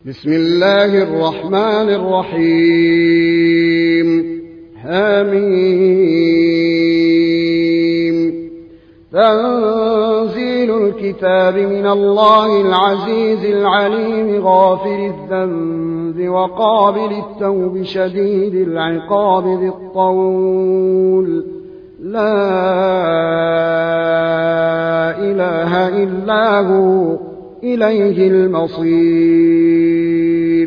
بسم الله الرحمن الرحيم حميم تنزيل الكتاب من الله العزيز العليم غافر الذنب وقابل التوب شديد العقاب ذي الطول لا إله إلا هو إليه المصير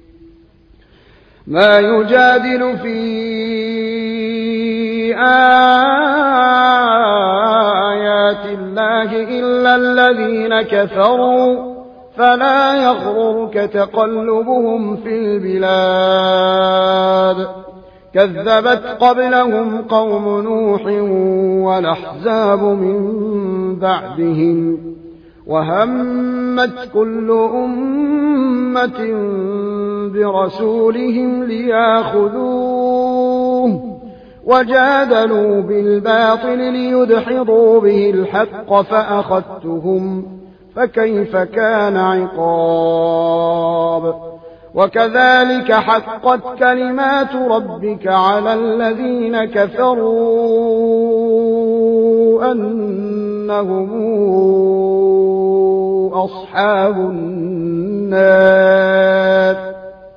ما يجادل في آيات الله إلا الذين كفروا فلا يغررك تقلبهم في البلاد كذبت قبلهم قوم نوح والأحزاب من بعدهم وهمت كل أمة برسولهم ليأخذوه وجادلوا بالباطل ليدحضوا به الحق فأخذتهم فكيف كان عقاب وكذلك حقت كلمات ربك على الذين كفروا أنهم أصحاب النار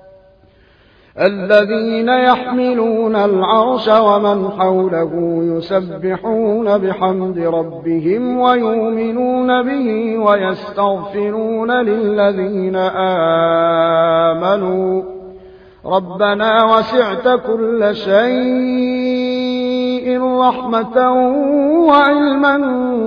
الذين يحملون العرش ومن حوله يسبحون بحمد ربهم ويؤمنون به ويستغفرون للذين آمنوا ربنا وسعت كل شيء رحمة وعلما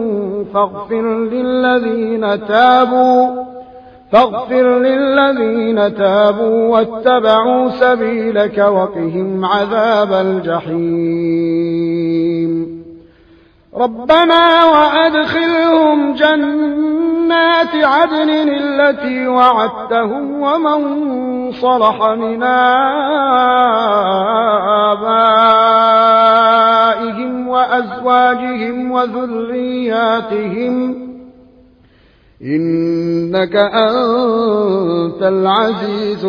فاغفر للذين تابوا واتبعوا سبيلك وقهم عذاب الجحيم ربنا وأدخلهم جنات عدن التي وعدتهم ومن صلح من آبائهم وأزواجهم وذرياتهم إنك أنت العزيز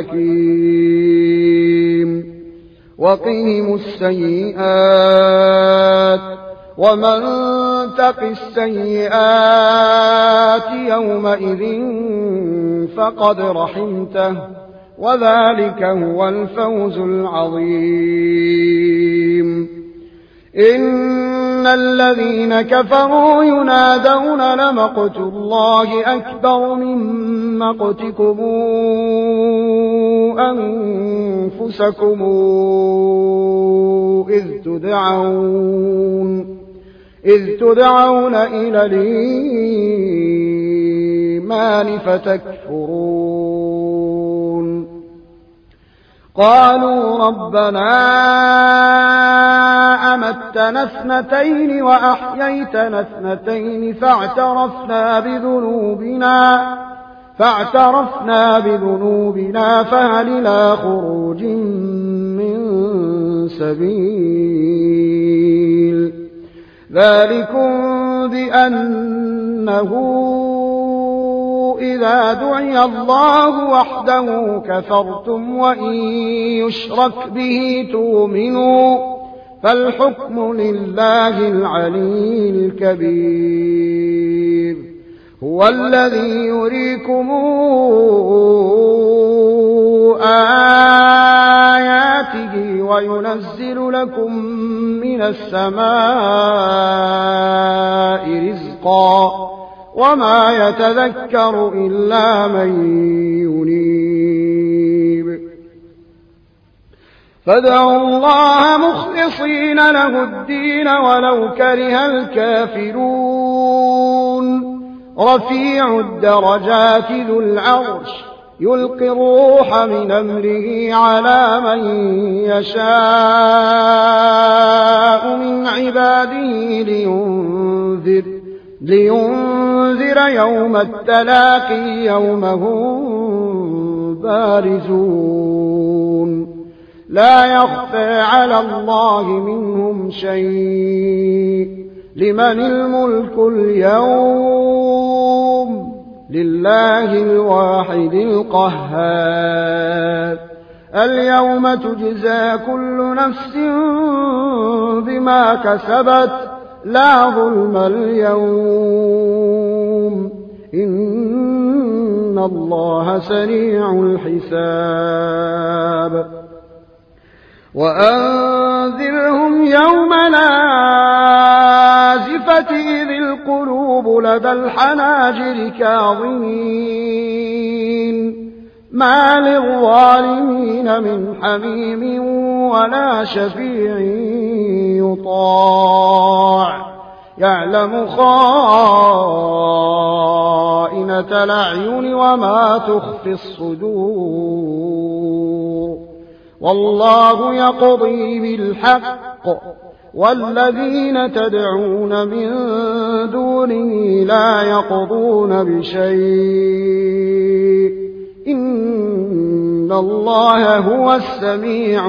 الحكيم وقهم السيئات ومن تق السيئات يومئذ فقد رحمته وذلك هو الفوز العظيم إن الذين كفروا ينادون لمقت الله أكبر من مقتكم أنفسكم إذ تدعون إلى الإيمان فتكفرون قالوا ربنا أمتنا اثنتين وأحييتنا اثنتين فاعترفنا بذنوبنا فهل إلى خروج من سبيل ذلكم بأنه إذا دعي الله وحده كفرتم وإن يشرك به تؤمنوا فالحكم لله العلي الكبير هو الذي يريكم آياته وينزل لكم من السماء رزقا وما يتذكر إلا من ينيب فادعوا الله مخلصين له الدين ولو كره الكافرون رفيع الدرجات ذو العرش يلقي الروح من أمره على من يشاء من عباده لينذر يوم التلاقي يوم هم بارزون لا يخفى على الله منهم شيء لمن الملك اليوم لله الواحد القهار. اليوم تجزى كل نفس بما كسبت لا ظلم اليوم إن الله سريع الحساب. وأنذرهم يوم الآزفة إذ القلوب لدى الحناجر كاظمين ما للظالمين من حميم ولا شفيع يطاع يعلم خائنة الأعين وما تخفي الصدور والله يقضي بالحق والذين تدعون من دونه لا يقضون بشيء إن الله هو السميع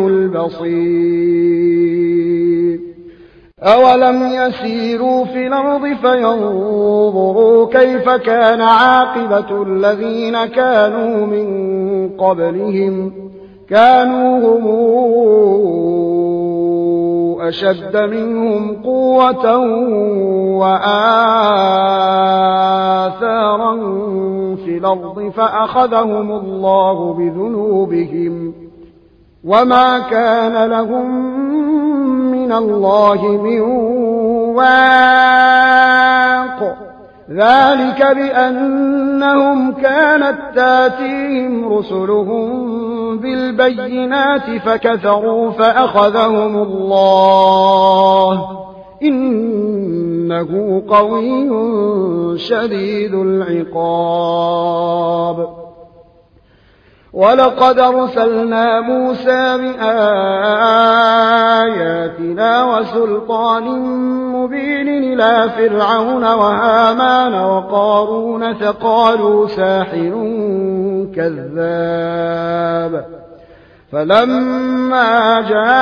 البصير. أولم يسيروا في الأرض فينظروا كيف كان عاقبة الذين كانوا من قبلهم كانوا هم أشد منهم قوة وآثارا في الأرض فأخذهم الله بذنوبهم وما كان لهم من الله من واق ذلك بأنهم كانت تاتيهم رسلهم بالبينات فكفروا فأخذهم الله إنه قوي شديد العقاب. ولقد أرسلنا موسى بآياتنا وسلطان مبين إلى فرعون وهامان وقارون فقالوا ساحر كذاب فلما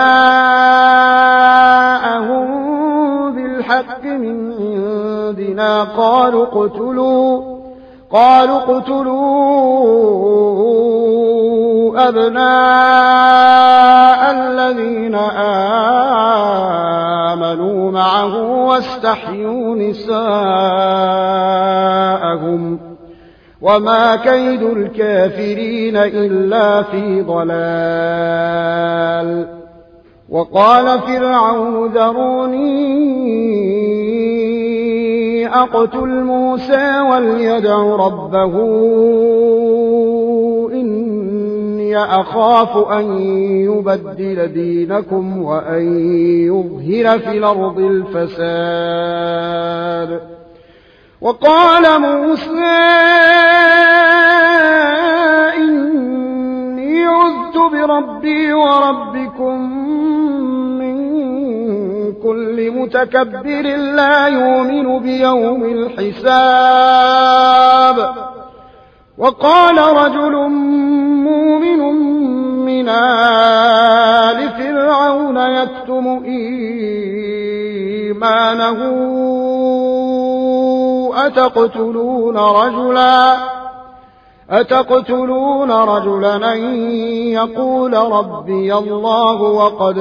جاءهم بالحق من عندنا قالوا اقتلوا أبناء الذين آمنوا معه واستحيوا نساءهم وما كيد الكافرين إلا في ضلال. وقال فرعون ذروني أقتل موسى وليدع ربه إني أخاف أن يبدل دينكم وأن يظهر في الأرض الفساد. وقال موسى إني عذت بربي وربكم من كل متكبر لا يؤمن بيوم الحساب. وقال رجل مؤمن من آل فرعون يكتم إيمانه أتقتلون رجلا أن يقول ربي الله وقد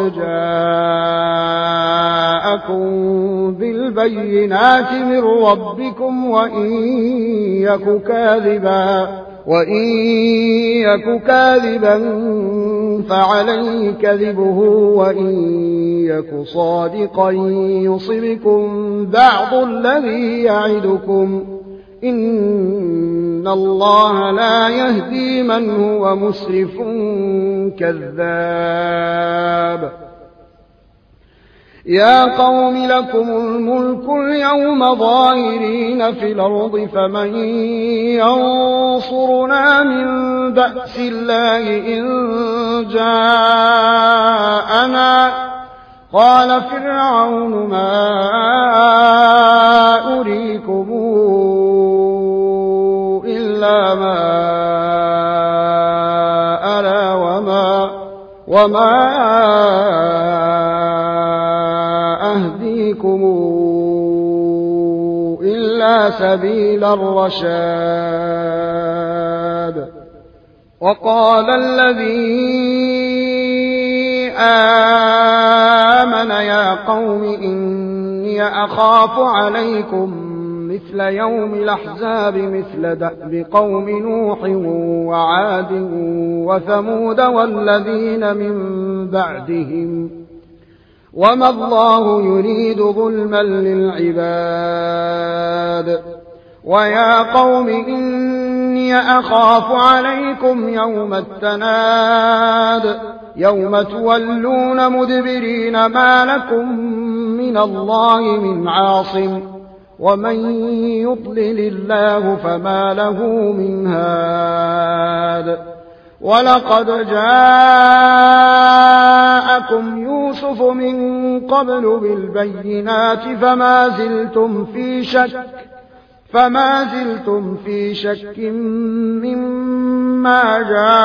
جاءكم بالبينات من ربكم وإن يك كاذبا فعليه كذبه وإن يك صادقا يصبكم بعض الذي يعدكم إن الله لا يهدي من هو مسرف كذاب. يا قوم لكم الملك اليوم ظاهرين في الأرض فمن ينصرنا من بأس الله إن جاءنا. قال فرعون ما أريكم إلا ما أرى وما أهديكم إلا سبيل الرشاد. وقال الذي آمن يا قوم إني أخاف عليكم مثل يوم الأحزاب مثل دأب قوم نوح وعاد وثمود والذين من بعدهم وما الله يريد ظلما للعباد ويا قوم إني أخاف عليكم يوم التناد يوم تولون مدبرين ما لكم من الله من عاصم ومن يضلل الله فما له من هاد ولقد جاءكم يوسف من قبل بالبينات فما زلتم في شك مما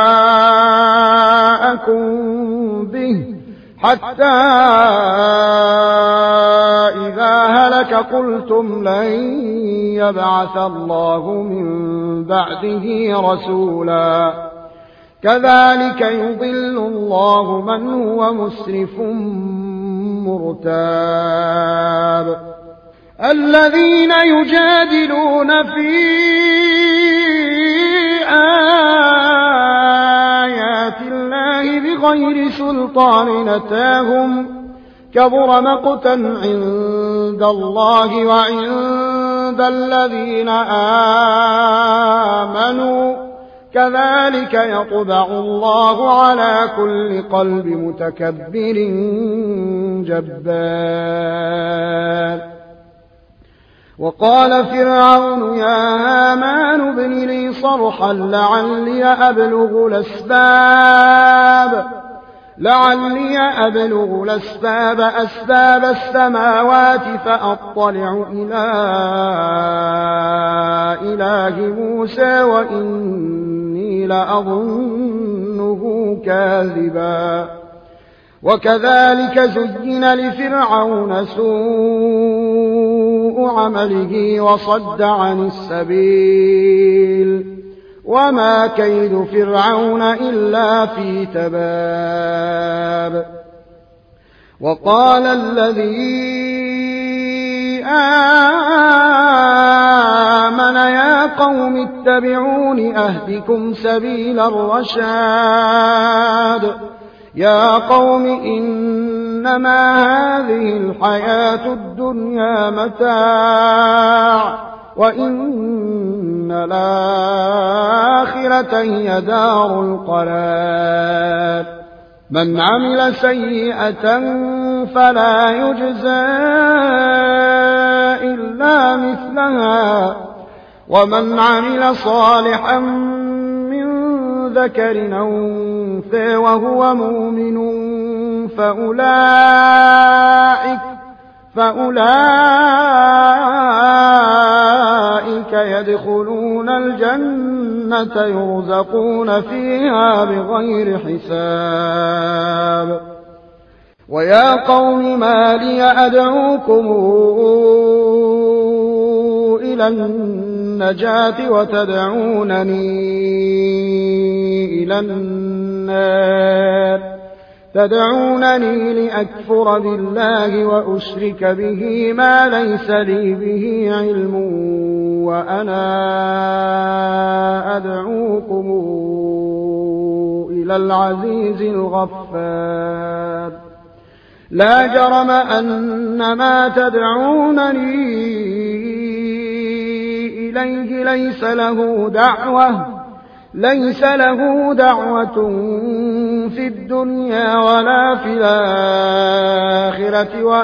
جاءكم به حتى إذا هلك قلتم لن يبعث الله من بعده رسولا كذلك يضل الله من هو مسرف مرتاب الذين يجادلون في آيات الله بغير سلطان أتاهم كبر مقتا عند الله وعند الذين آمنوا كذلك يطبع الله على كل قلب متكبر جبار وقال فرعون يا هامان ابن لي صرحا لعلي أبلغ الأسباب أسباب السماوات فأطلع إلى إله موسى وإني لأظنه كاذبا وكذلك زين لفرعون سوء عمله وصد عن السبيل وما كيد فرعون إلا في تباب وقال الذي آمن يا قوم اتبعون أهدكم سبيل الرشاد يا قوم إنما هذه الحياة الدنيا متاع وإن الآخرة هي دار القرار من عمل سيئة فلا يجزى إلا مثلها ومن عمل صالحا ذكر أو أنثى وهو مؤمن فأولئك يدخلون الجنة يرزقون فيها بغير حساب ويا قوم ما لي أدعوكم إلى النجاة وتدعونني إلى النار تدعونني لأكفر بالله وأشرك به ما ليس لي به علم وأنا أدعوكم إلى العزيز الغفار لا جرم أن ما تدعونني إليه ليس له دعوة في الدنيا ولا في الآخرة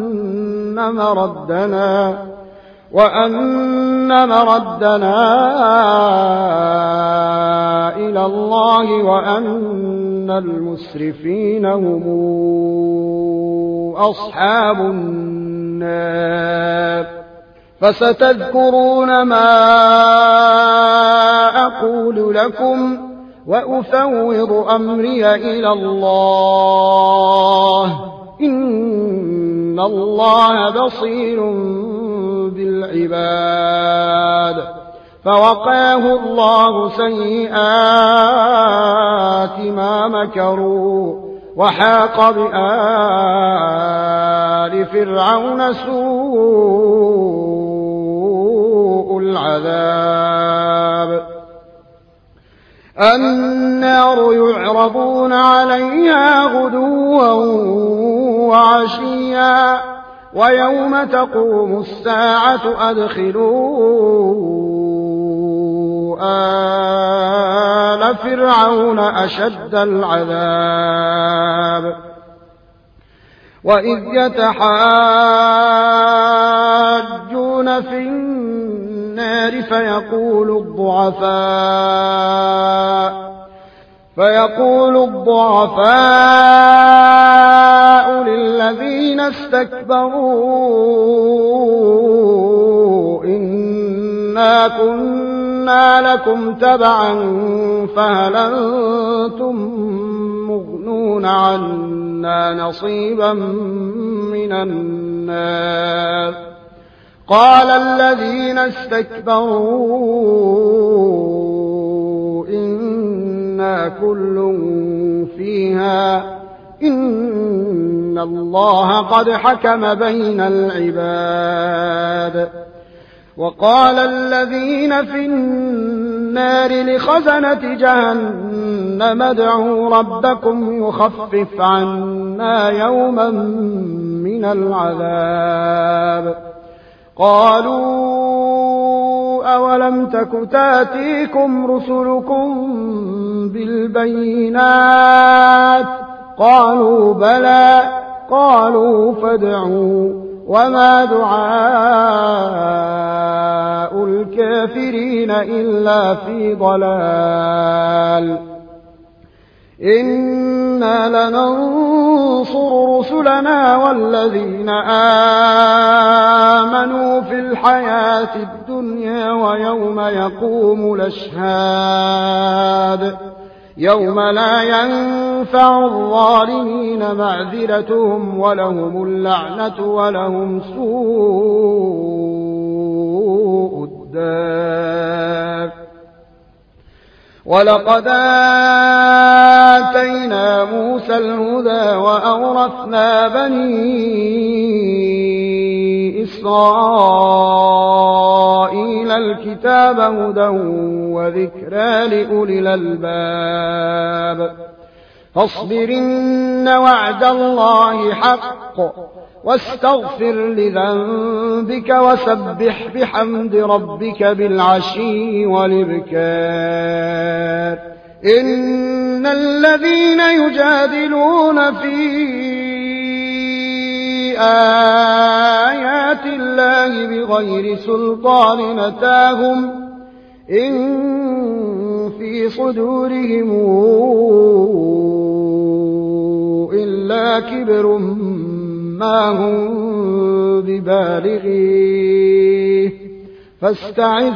وأن مردنا إلى الله وأن المسرفين هم أصحاب النار فستذكرون ما أقول لكم وأفوض أمري إلى الله إن الله بصير بالعباد فوقاه الله سيئات ما مكروا وحاق بآل فرعون سوء العذاب النار يعرضون عليها غدوا وعشيا ويوم تقوم الساعة أدخلوا آل فرعون أشد العذاب وإذ يتحاجون في النار فيقول الضعفاء للذين استكبروا إنا كنا لكم تبعا فهل أنتم مغنون عنا نصيبا من النار قال الذين استكبروا إنا كل فيها إن الله قد حكم بين العباد وقال الذين في النار لخزنة جهنم ادعوا ربكم يخفف عنا يوما من العذاب قالوا أولم تك تاتيكم رسلكم بالبينات قالوا بلى قالوا فادعوا وما دعاء الكافرين إلا في ضلال إنا لننصر رسلنا والذين آمنوا في الحياة الدنيا ويوم يقوم الأشهاد يوم لا ينفع الظالمين معذرتهم ولهم اللعنة ولهم سوء الدار ولقد آتينا موسى الهدى وأورثنا بني إسرائيل الكتاب هدى وذكرى لأولي الألباب فاصبر إن وعد الله حق واستغفر لذنبك وسبح بحمد ربك بالعشي والإبكار إن الذين يجادلون في آيات الله بغير سلطان أتاهم إن في صدورهم إلا كبر ما هم ببالغيه فاستعذ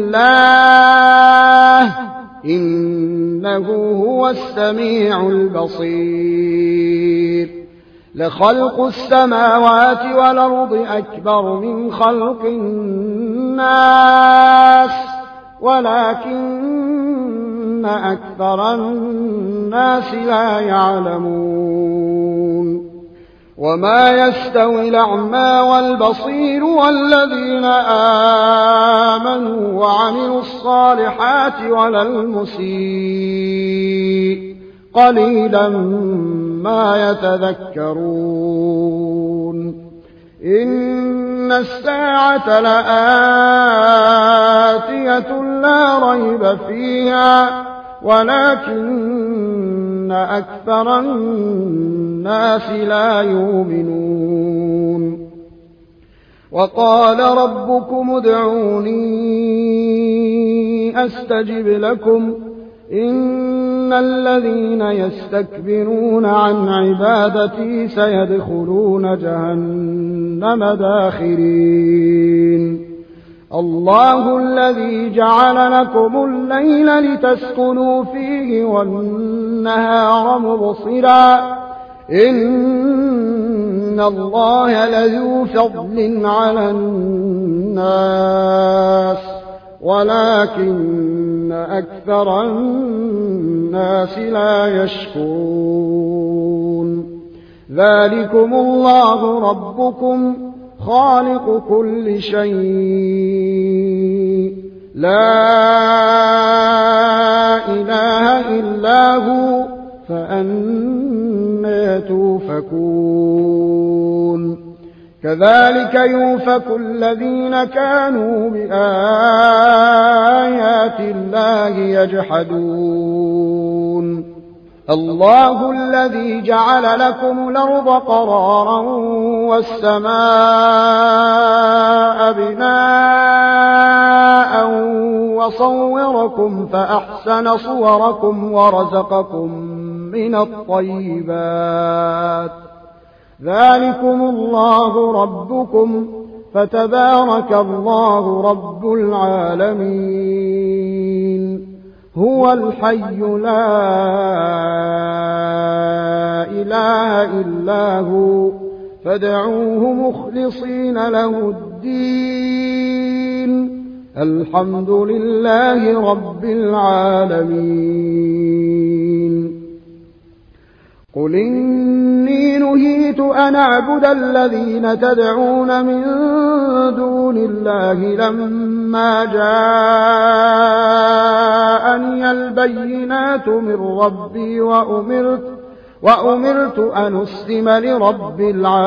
بالله إنه هو السميع البصير لخلق السماوات والأرض أكبر من خلق الناس ولكن أكثر الناس لا يعلمون وما يستوي الأعمى والبصير والذين آمنوا وعملوا الصالحات ولا المسيء قليلا ما يتذكرون إن الساعة لآتية لا ريب فيها ولكن أكثر الناس لا يؤمنون وقال ربكم ادعوني أستجب لكم إن الذين يستكبرون عن عبادتي سيدخلون جهنم داخرين الله الذي جعل لكم الليل لتسكنوا فيه والنهار مبصرا إن الله لذو فضل على الناس ولكن أكثر الناس لا يشكرون. ذلكم الله ربكم خالق كل شيء لا إله إلا هو فأنى توفكون. كذلك يؤفك الذين كانوا بآيات الله يجحدون. الله الذي جعل لكم الأرض قرارا والسماء بناء وصوركم فأحسن صوركم ورزقكم من الطيبات. ذلكم الله ربكم فتبارك الله رب العالمين. هو الحي لا إله إلا هو فادعوه مخلصين له الدين. الحمد لله رب العالمين. قل إني نهيت أن أعبد الذين تدعون من دون الله لما جاءني البينات من ربي وأمرت أن أسلم لرب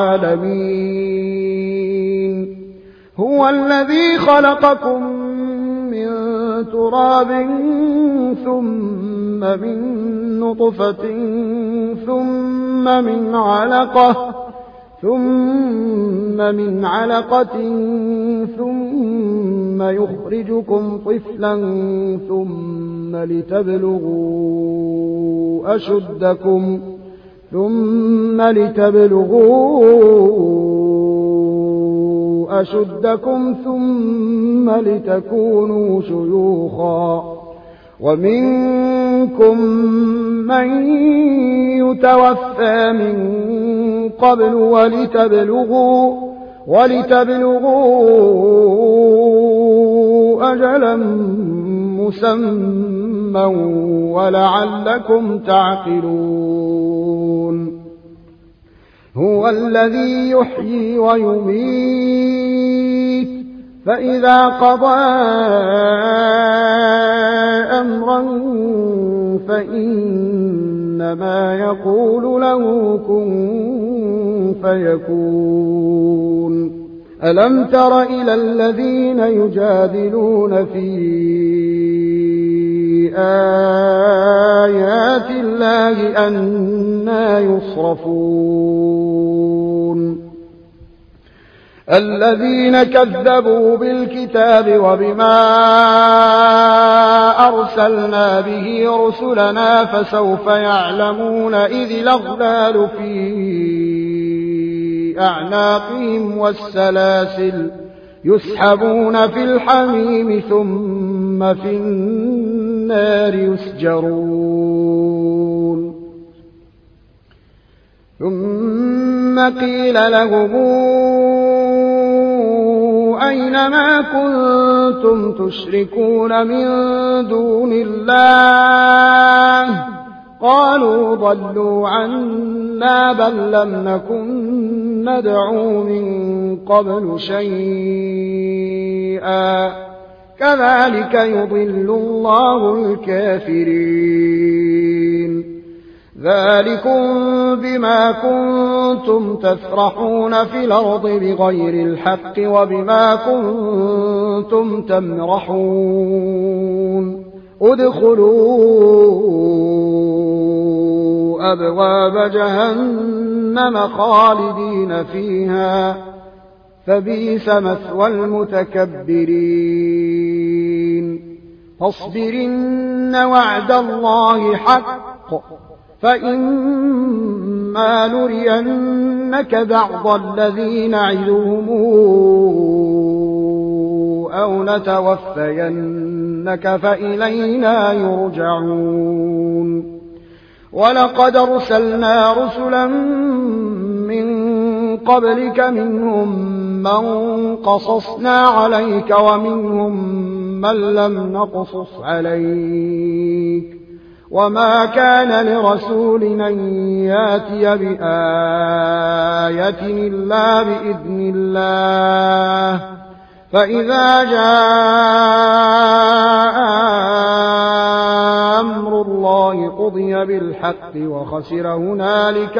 العالمين. هو الذي خلقكم من تراب ثم من نطفة ثم من علقة ثم يخرجكم طفلا ثم لتبلغوا أشدكم ثم لتكونوا شيوخا. ومنكم من يتوفى من قبل ولتبلغوا أجلا مسمى ولعلكم تعقلون. هو الذي يحيي ويميت فإذا قضى أمرا فإنما يقول له كن فيكون. ألم تر إلى الذين يجادلون في آيات الله أنى يصرفون. الذين كذبوا بالكتاب وبما أرسلنا به رسلنا فسوف يعلمون إذ الأغلال في أعناقهم والسلاسل يسحبون في الحميم ثم في النار يسجرون. ثم قيل لهم أين ما كنتم تشركون من دون الله قالوا ضلوا عنا بل لم نكن ندعو من قبل شيئا كذلك يضل الله الكافرين. ذلكم بما كنتم تفرحون في الأرض بغير الحق وبما كنتم تمرحون. ادخلوا أبواب جهنم خالدين فيها فبئس مثوى المتكبرين. فاصبرن وعد الله حق فإما نرينك بعض الذي نعدهم أو نتوفينك فإلينا يرجعون. ولقد أرسلنا رسلا من قبلك منهم من قصصنا عليك ومنهم ممن لم نقصص عليك وما كان لرسول أن ياتي بآية إلا بإذن الله فإذا جاء أمر الله قضي بالحق وخسر هنالك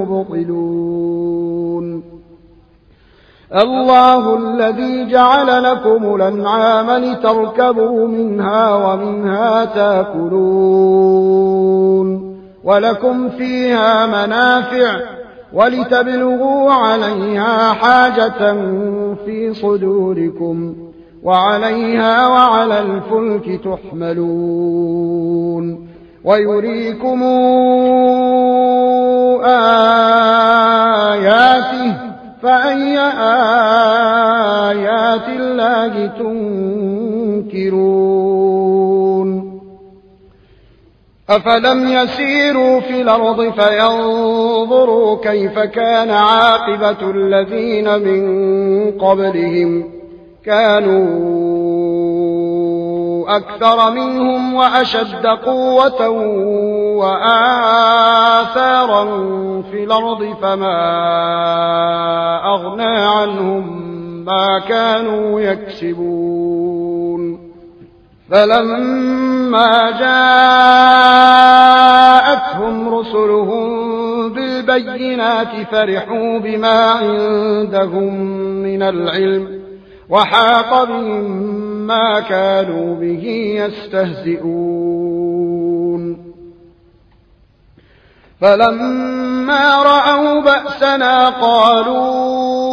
المبطلون الله الذي جعل لكم الأنعام لتركبوا منها ومنها تاكلون ولكم فيها منافع ولتبلغوا عليها حاجة في صدوركم وعليها وعلى الفلك تحملون ويريكم آياته فأي آيات الله تنكرون أفلم يسيروا في الأرض فينظروا كيف كان عاقبة الذين من قبلهم كانوا أكثر منهم وأشد قوة وآثارا في الأرض فما أغنى عنهم ما كانوا يكسبون فلما جاءتهم رسلهم بالبينات فرحوا بما عندهم من العلم وحاق بهم ما كانوا به يستهزئون فلما رأوا بأسنا قالوا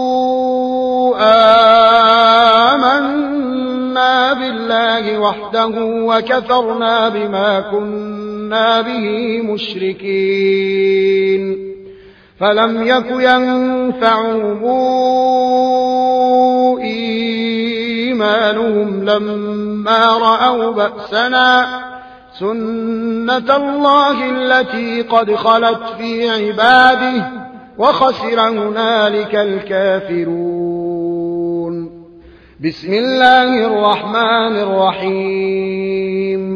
آمنا بالله وحده وكفرنا بما كنا به مشركين فلم يك ينفعهم إيمانهم لما رأوا بأسنا سنة الله التي قد خلت في عباده وخسر هنالك الكافرون بسم الله الرحمن الرحيم